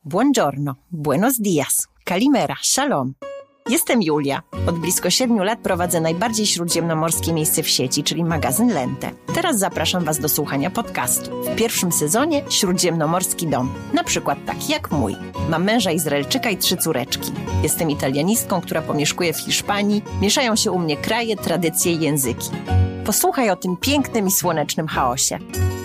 Buongiorno, buenos dias, kalimera, shalom. Jestem Julia. Od blisko 7 lat prowadzę najbardziej śródziemnomorskie miejsce w sieci, czyli magazyn Lente. Teraz zapraszam Was do słuchania podcastu. W pierwszym sezonie Śródziemnomorski dom. Na przykład taki jak mój. Mam męża Izraelczyka i 3 córeczki. Jestem italianistką, która pomieszkuje w Hiszpanii. Mieszają się u mnie kraje, tradycje i języki. Posłuchaj o tym pięknym i słonecznym chaosie.